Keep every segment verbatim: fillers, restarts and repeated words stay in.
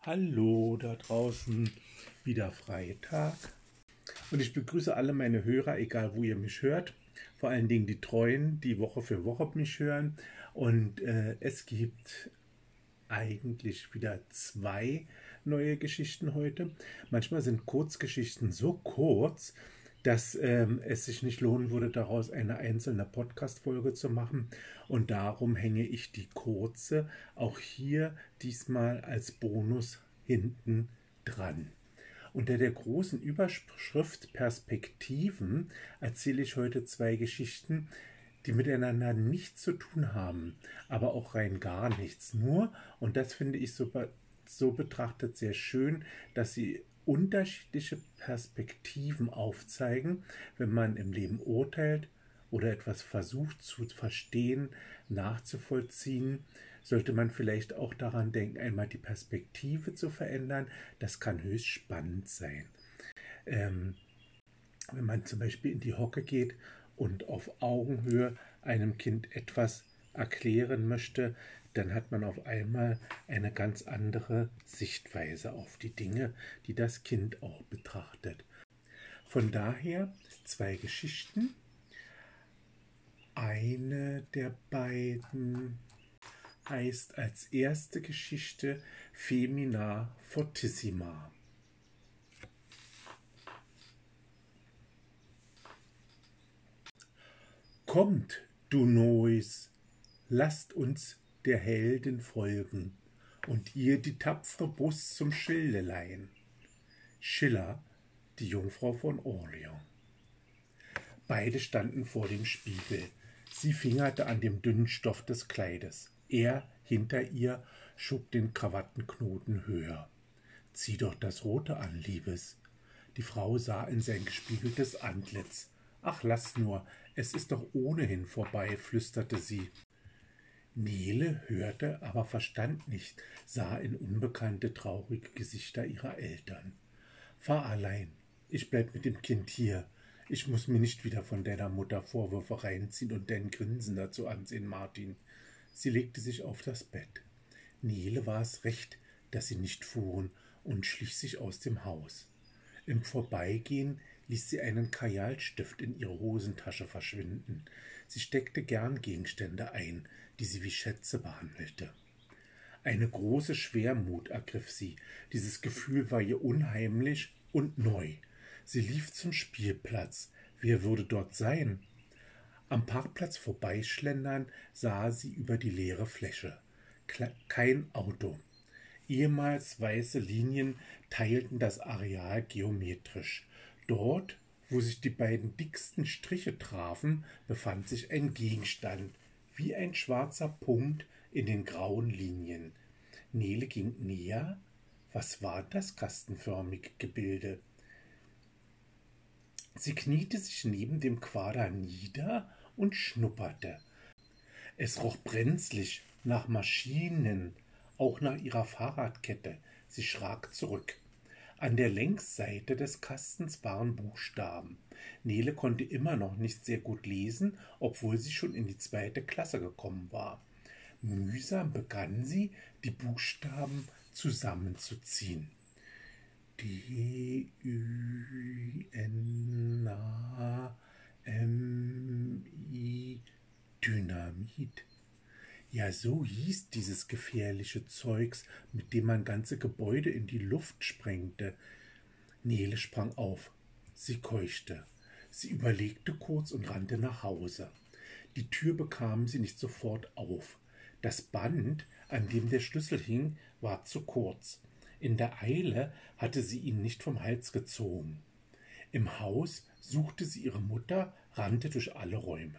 Hallo da draußen, wieder Freitag und ich begrüße alle meine Hörer, egal wo ihr mich hört, vor allen Dingen die Treuen, die Woche für Woche mich hören und äh, es gibt eigentlich wieder zwei neue Geschichten heute. Manchmal sind Kurzgeschichten so kurz, dass ähm, es sich nicht lohnen würde, daraus eine einzelne Podcast-Folge zu machen. Und darum hänge ich die kurze auch hier diesmal als Bonus hinten dran. Unter der großen Überschrift Perspektiven erzähle ich heute zwei Geschichten, die miteinander nichts zu tun haben, aber auch rein gar nichts. Nur, und das finde ich so, so betrachtet sehr schön, dass sie unterschiedliche Perspektiven aufzeigen, wenn man im Leben urteilt oder etwas versucht zu verstehen, nachzuvollziehen, sollte man vielleicht auch daran denken, einmal die Perspektive zu verändern. Das kann höchst spannend sein. Ähm, wenn man zum Beispiel in die Hocke geht und auf Augenhöhe einem Kind etwas erklären möchte, dann hat man auf einmal eine ganz andere Sichtweise auf die Dinge, die das Kind auch betrachtet. Von daher zwei Geschichten. Eine der beiden heißt als erste Geschichte Femina Fortissima. Kommt, du Nois, lasst uns der Helden folgen und ihr die tapfere Brust zum Schilde leihen. Schiller, die Jungfrau von Orleans. Beide standen vor dem Spiegel. Sie fingerte an dem dünnen Stoff des Kleides. Er, hinter ihr, schob den Krawattenknoten höher. »Zieh doch das Rote an, Liebes.« Die Frau sah in sein gespiegeltes Antlitz. »Ach, lass nur, es ist doch ohnehin vorbei«, flüsterte sie. Nele hörte, aber verstand nicht, sah in unbekannte, traurige Gesichter ihrer Eltern. »Fahr allein, ich bleib mit dem Kind hier. Ich muss mir nicht wieder von deiner Mutter Vorwürfe reinziehen und dein Grinsen dazu ansehen, Martin.« Sie legte sich auf das Bett. Nele war es recht, dass sie nicht fuhren, und schlich sich aus dem Haus. Im Vorbeigehen ließ sie einen Kajalstift in ihre Hosentasche verschwinden. Sie steckte gern Gegenstände ein, die sie wie Schätze behandelte. Eine große Schwermut ergriff sie. Dieses Gefühl war ihr unheimlich und neu. Sie lief zum Spielplatz. Wer würde dort sein? Am Parkplatz vorbeischlendern sah sie über die leere Fläche. Kein Auto. Ehemals weiße Linien teilten das Areal geometrisch. Dort, wo sich die beiden dicksten Striche trafen, befand sich ein Gegenstand, wie ein schwarzer Punkt in den grauen Linien. Nele ging näher. Was war das kastenförmige Gebilde? Sie kniete sich neben dem Quader nieder und schnupperte. Es roch brenzlig nach Maschinen, auch nach ihrer Fahrradkette. Sie schrak zurück. An der Längsseite des Kastens waren Buchstaben. Nele konnte immer noch nicht sehr gut lesen, obwohl sie schon in die zweite Klasse gekommen war. Mühsam begann sie, die Buchstaben zusammenzuziehen. D, Ü, N, A, M, I, Dynamit. Ja, so hieß dieses gefährliche Zeugs, mit dem man ganze Gebäude in die Luft sprengte. Nele sprang auf. Sie keuchte. Sie überlegte kurz und rannte nach Hause. Die Tür bekam sie nicht sofort auf. Das Band, an dem der Schlüssel hing, war zu kurz. In der Eile hatte sie ihn nicht vom Hals gezogen. Im Haus suchte sie ihre Mutter, rannte durch alle Räume.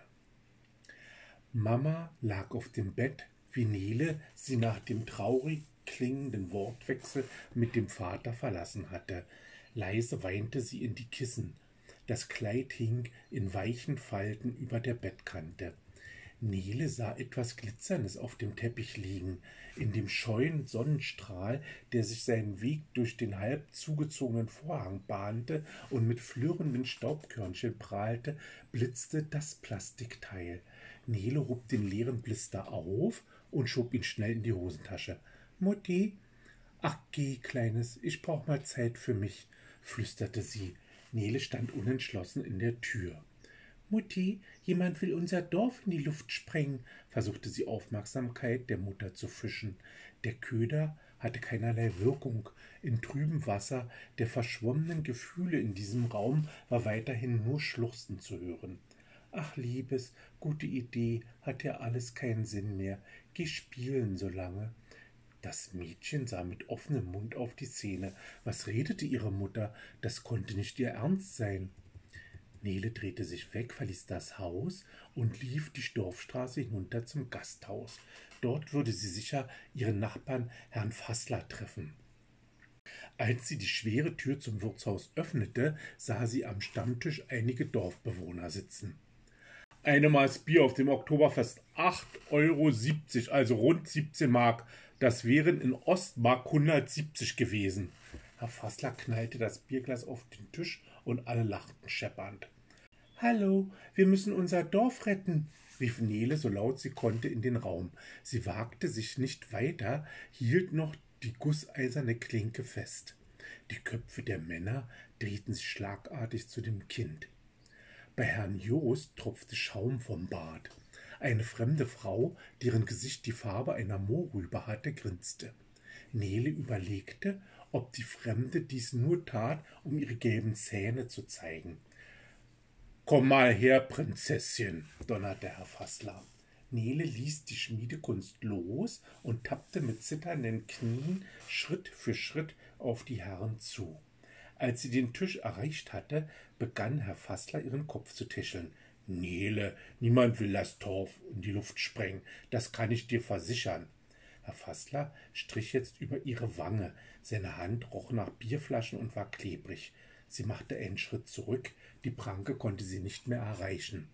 Mama lag auf dem Bett, wie Nele sie nach dem traurig klingenden Wortwechsel mit dem Vater verlassen hatte. Leise weinte sie in die Kissen. Das Kleid hing in weichen Falten über der Bettkante. Nele sah etwas Glitzerndes auf dem Teppich liegen. In dem scheuen Sonnenstrahl, der sich seinen Weg durch den halb zugezogenen Vorhang bahnte und mit flirrenden Staubkörnchen prahlte, blitzte das Plastikteil. Nele hob den leeren Blister auf und schob ihn schnell in die Hosentasche. »Mutti, »Ach, geh, Kleines, ich brauch mal Zeit für mich«, flüsterte sie. Nele stand unentschlossen in der Tür. »Mutti, jemand will unser Dorf in die Luft sprengen«, versuchte sie Aufmerksamkeit der Mutter zu fischen. Der Köder hatte keinerlei Wirkung. In trübem Wasser der verschwommenen Gefühle in diesem Raum war weiterhin nur Schluchzen zu hören. »Ach, Liebes, gute Idee, hat ja alles keinen Sinn mehr. Geh spielen so lange.« Das Mädchen sah mit offenem Mund auf die Szene. Was redete ihre Mutter? Das konnte nicht ihr Ernst sein. Nele drehte sich weg, verließ das Haus und lief die Dorfstraße hinunter zum Gasthaus. Dort würde sie sicher ihren Nachbarn Herrn Fassler treffen. Als sie die schwere Tür zum Wirtshaus öffnete, sah sie am Stammtisch einige Dorfbewohner sitzen. »Eine Maß Bier auf dem Oktoberfest, acht Euro siebzig, also rund siebzehn Mark. Das wären in Ostmark hundertsiebzig gewesen.« Herr Fassler knallte das Bierglas auf den Tisch und alle lachten scheppernd. »Hallo, wir müssen unser Dorf retten«, rief Nele so laut sie konnte in den Raum. Sie wagte sich nicht weiter, hielt noch die gusseiserne Klinke fest. Die Köpfe der Männer drehten sich schlagartig zu dem Kind. Bei Herrn Joost tropfte Schaum vom Bart. Eine fremde Frau, deren Gesicht die Farbe einer Mohrrübe hatte, grinste. Nele überlegte, ob die Fremde dies nur tat, um ihre gelben Zähne zu zeigen. »Komm mal her, Prinzesschen«, donnerte Herr Fassler. Nele ließ die Schmiedekunst los und tappte mit zitternden Knien Schritt für Schritt auf die Herren zu. Als sie den Tisch erreicht hatte, begann Herr Fassler ihren Kopf zu tätscheln. »Nele, niemand will das Dorf in die Luft sprengen, das kann ich dir versichern.« Herr Fassler strich jetzt über ihre Wange. Seine Hand roch nach Bierflaschen und war klebrig. Sie machte einen Schritt zurück, die Pranke konnte sie nicht mehr erreichen.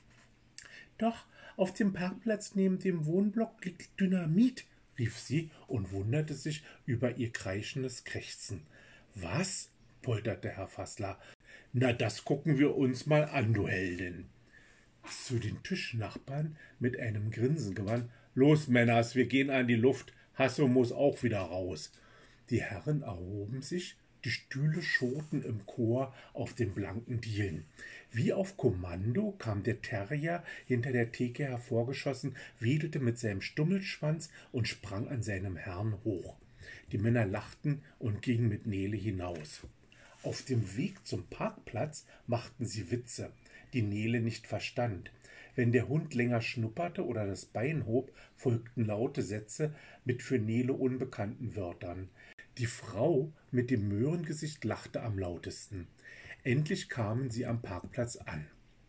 »Doch, auf dem Parkplatz neben dem Wohnblock liegt Dynamit«, rief sie und wunderte sich über ihr kreischendes Krächzen. »Was?« polterte Herr Fassler. »Na, das gucken wir uns mal an, du Heldin.« Zu den Tischnachbarn mit einem Grinsen gewandt. »Los, Männers, wir gehen an die Luft. Hasso muss auch wieder raus.« Die Herren erhoben sich, die Stühle schoten im Chor auf den blanken Dielen. Wie auf Kommando kam der Terrier hinter der Theke hervorgeschossen, wedelte mit seinem Stummelschwanz und sprang an seinem Herrn hoch. Die Männer lachten und gingen mit Nele hinaus. Auf dem Weg zum Parkplatz machten sie Witze, die Nele nicht verstand. Wenn der Hund länger schnupperte oder das Bein hob, folgten laute Sätze mit für Nele unbekannten Wörtern. Die Frau mit dem Möhrengesicht lachte am lautesten. Endlich kamen sie am Parkplatz an.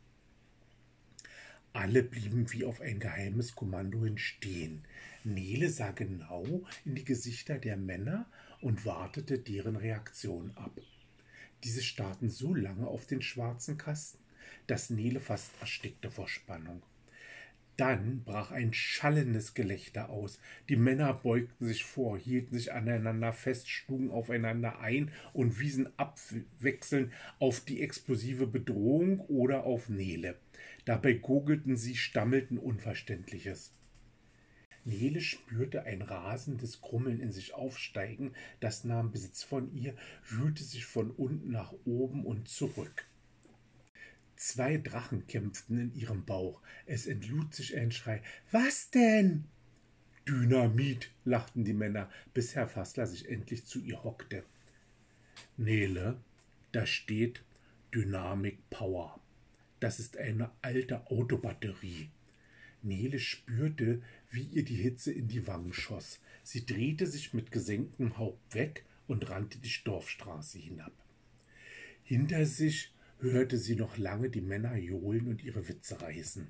Alle blieben wie auf ein geheimes Kommando hin stehen. Nele sah genau in die Gesichter der Männer und wartete deren Reaktion ab. Diese starrten so lange auf den schwarzen Kasten, dass Nele fast erstickte vor Spannung. Dann brach ein schallendes Gelächter aus. Die Männer beugten sich vor, hielten sich aneinander fest, schlugen aufeinander ein und wiesen abwechselnd auf die explosive Bedrohung oder auf Nele. Dabei gurgelten sie, stammelten Unverständliches. Nele spürte ein rasendes Grummeln in sich aufsteigen, das nahm Besitz von ihr, wühlte sich von unten nach oben und zurück. Zwei Drachen kämpften in ihrem Bauch. Es entlud sich ein Schrei. »Was denn?« »Dynamit«, lachten die Männer, bis Herr Fassler sich endlich zu ihr hockte. »Nele, da steht Dynamic Power. Das ist eine alte Autobatterie.« Nele spürte, wie ihr die Hitze in die Wangen schoss. Sie drehte sich mit gesenktem Haupt weg und rannte die Dorfstraße hinab. Hinter sich hörte sie noch lange die Männer johlen und ihre Witze reißen.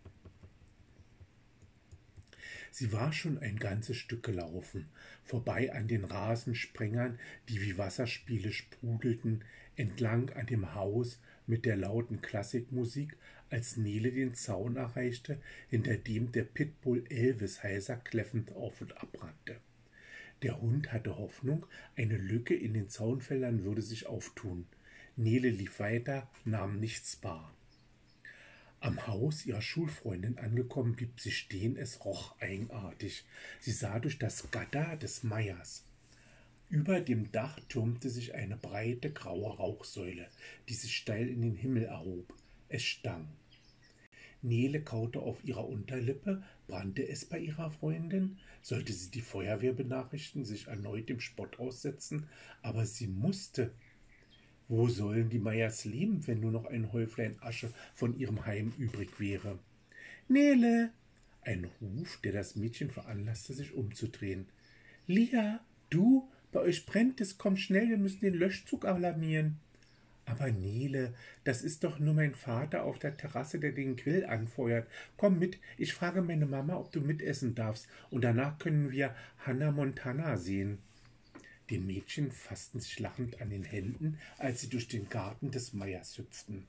Sie war schon ein ganzes Stück gelaufen, vorbei an den Rasensprengern, die wie Wasserspiele sprudelten, entlang an dem Haus mit der lauten Klassikmusik, als Nele den Zaun erreichte, hinter dem der Pitbull Elvis heiser kläffend auf und abrannte. Der Hund hatte Hoffnung, eine Lücke in den Zaunfeldern würde sich auftun. Nele lief weiter, nahm nichts wahr. Am Haus ihrer Schulfreundin angekommen, blieb sie stehen, es roch eigenartig. Sie sah durch das Gatter des Meiers. Über dem Dach türmte sich eine breite graue Rauchsäule, die sich steil in den Himmel erhob. Es stank. Nele kaute auf ihrer Unterlippe. Brannte es bei ihrer Freundin? Sollte sie die Feuerwehr benachrichtigen, sich erneut dem Spott aussetzen? Aber sie musste. Wo sollen die Meyers leben, wenn nur noch ein Häuflein Asche von ihrem Heim übrig wäre? Nele! Ein Ruf, der das Mädchen veranlasste, sich umzudrehen. Lia, du, bei euch brennt es, komm schnell, wir müssen den Löschzug alarmieren. Aber Nele, das ist doch nur mein Vater auf der Terrasse, der den Grill anfeuert. Komm mit, ich frage meine Mama, ob du mitessen darfst, und danach können wir Hannah Montana sehen. Die Mädchen fassten sich lachend an den Händen, als sie durch den Garten des Meyers hüpften.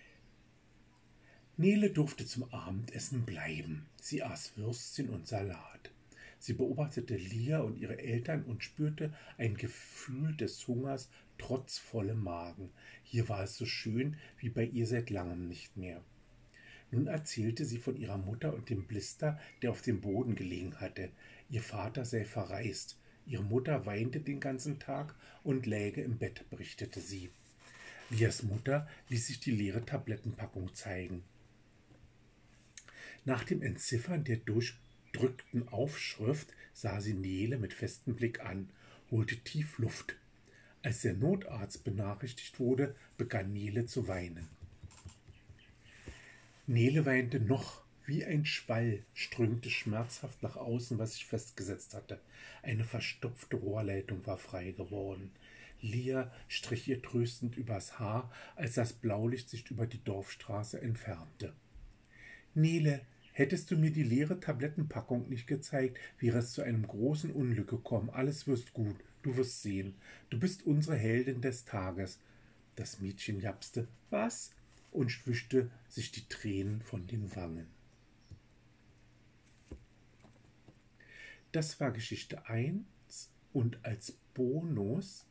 Nele durfte zum Abendessen bleiben. Sie aß Würstchen und Salat. Sie beobachtete Lia und ihre Eltern und spürte ein Gefühl des Hungers trotz vollem Magen. Hier war es so schön wie bei ihr seit langem nicht mehr. Nun erzählte sie von ihrer Mutter und dem Blister, der auf dem Boden gelegen hatte. Ihr Vater sei verreist. Ihre Mutter weinte den ganzen Tag und läge im Bett, berichtete sie. Lias Mutter ließ sich die leere Tablettenpackung zeigen. Nach dem Entziffern der durchdrückten Aufschrift sah sie Nele mit festem Blick an, holte tief Luft. Als der Notarzt benachrichtigt wurde, begann Nele zu weinen. Nele weinte noch. Wie ein Schwall strömte schmerzhaft nach außen, was sich festgesetzt hatte. Eine verstopfte Rohrleitung war frei geworden. Lia strich ihr tröstend übers Haar, als das Blaulicht sich über die Dorfstraße entfernte. Nele, hättest du mir die leere Tablettenpackung nicht gezeigt, wäre es zu einem großen Unglück gekommen. Alles wird gut, du wirst sehen. Du bist unsere Heldin des Tages. Das Mädchen japste, was? Und wischte sich die Tränen von den Wangen. Das war Geschichte eins und als Bonus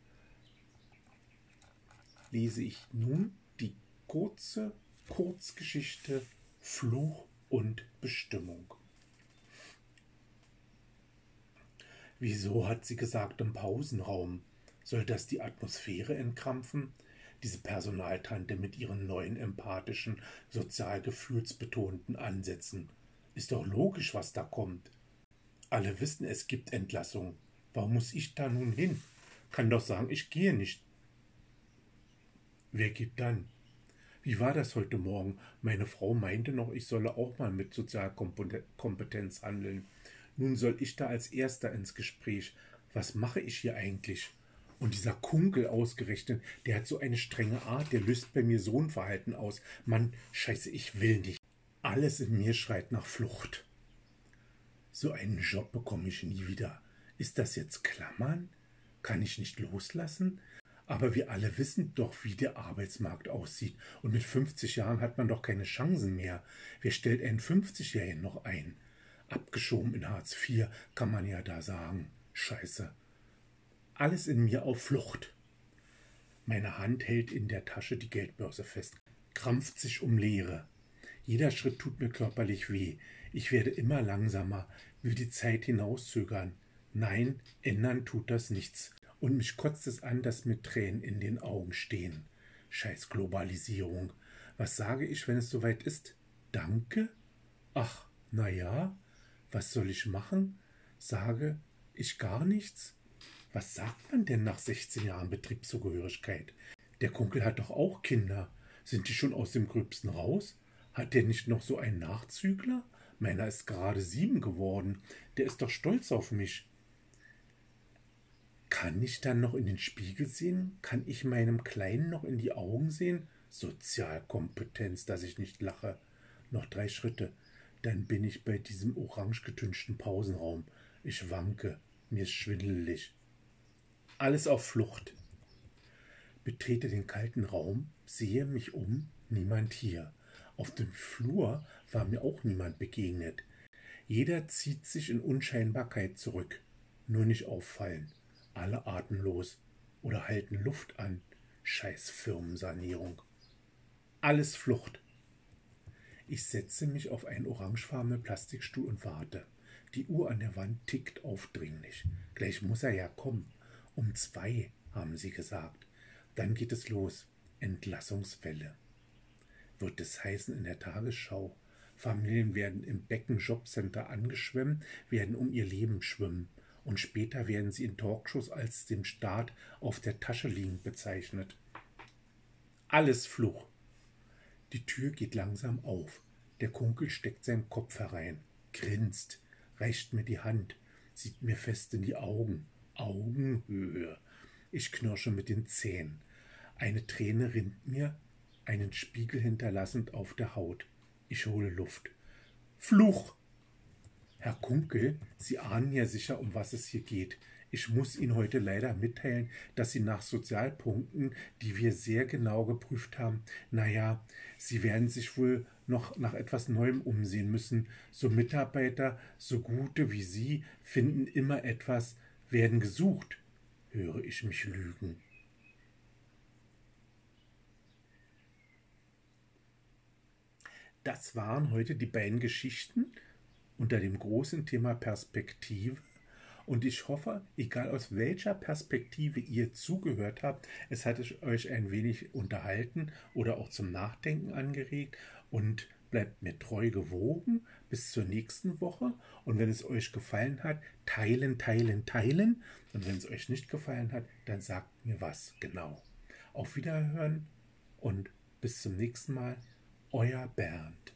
lese ich nun die kurze Kurzgeschichte Fluch und Bestimmung. Wieso, hat sie gesagt, im Pausenraum? Soll das die Atmosphäre entkrampfen? Diese Personaltante mit ihren neuen empathischen, sozial gefühlsbetonten Ansätzen. Ist doch logisch, was da kommt. Alle wissen, es gibt Entlassung. Warum muss ich da nun hin? Kann doch sagen, ich gehe nicht. Wer geht dann? Wie war das heute Morgen? Meine Frau meinte noch, ich solle auch mal mit Sozialkompetenz handeln. Nun soll ich da als Erster ins Gespräch. Was mache ich hier eigentlich? Und dieser Kunkel ausgerechnet, der hat so eine strenge Art, der löst bei mir so ein Verhalten aus. Mann, scheiße, ich will nicht. Alles in mir schreit nach Flucht. So einen Job bekomme ich nie wieder. Ist das jetzt Klammern? Kann ich nicht loslassen? Aber wir alle wissen doch, wie der Arbeitsmarkt aussieht. Und mit fünfzig Jahren hat man doch keine Chancen mehr. Wer stellt einen fünfzigjährigen noch ein? Abgeschoben in Hartz vier, kann man ja da sagen. Scheiße. Alles in mir auf Flucht. Meine Hand hält in der Tasche die Geldbörse fest, krampft sich um Leere. Jeder Schritt tut mir körperlich weh. Ich werde immer langsamer, will die Zeit hinauszögern. Nein, ändern tut das nichts. Und mich kotzt es an, dass mir Tränen in den Augen stehen. Scheiß Globalisierung. Was sage ich, wenn es soweit ist? Danke? Ach, na ja. Was soll ich machen? Sage ich gar nichts? Was sagt man denn nach sechzehn Jahren Betriebszugehörigkeit? Der Kunkel hat doch auch Kinder. Sind die schon aus dem Gröbsten raus? Hat der nicht noch so einen Nachzügler? Meiner ist gerade sieben geworden. Der ist doch stolz auf mich. Kann ich dann noch in den Spiegel sehen? Kann ich meinem Kleinen noch in die Augen sehen? Sozialkompetenz, dass ich nicht lache. Noch drei Schritte. Dann bin ich bei diesem orange getünchten Pausenraum. Ich wanke. Mir ist schwindelig. Alles auf Flucht. Betrete den kalten Raum, sehe mich um, niemand hier. Auf dem Flur war mir auch niemand begegnet. Jeder zieht sich in Unscheinbarkeit zurück. Nur nicht auffallen. Alle atemlos oder halten Luft an. Scheiß Firmensanierung. Alles Flucht. Ich setze mich auf einen orangefarbenen Plastikstuhl und warte. Die Uhr an der Wand tickt aufdringlich. Gleich muss er ja kommen. Um zwei, haben sie gesagt. Dann geht es los. Entlassungswelle. Wird es heißen in der Tagesschau. Familien werden im Becken Jobcenter angeschwemmt, werden um ihr Leben schwimmen. Und später werden sie in Talkshows als dem Staat auf der Tasche liegend bezeichnet. Alles Fluch. Die Tür geht langsam auf. Der Kunkel steckt seinen Kopf herein, grinst, reicht mir die Hand, sieht mir fest in die Augen. Augenhöhe. Ich knirsche mit den Zähnen. Eine Träne rinnt mir, einen Spiegel hinterlassend auf der Haut. Ich hole Luft. Fluch! Herr Kunkel, Sie ahnen ja sicher, um was es hier geht. Ich muss Ihnen heute leider mitteilen, dass Sie nach Sozialpunkten, die wir sehr genau geprüft haben, naja, Sie werden sich wohl noch nach etwas Neuem umsehen müssen. So Mitarbeiter, so gute wie Sie, finden immer etwas, werden gesucht. Höre ich mich lügen. Das waren heute die beiden Geschichten unter dem großen Thema Perspektive. Und ich hoffe, egal aus welcher Perspektive ihr zugehört habt, es hat euch ein wenig unterhalten oder auch zum Nachdenken angeregt. Und bleibt mir treu gewogen bis zur nächsten Woche. Und wenn es euch gefallen hat, teilen, teilen, teilen. Und wenn es euch nicht gefallen hat, dann sagt mir was genau. Auf Wiederhören und bis zum nächsten Mal. Euer Bernd.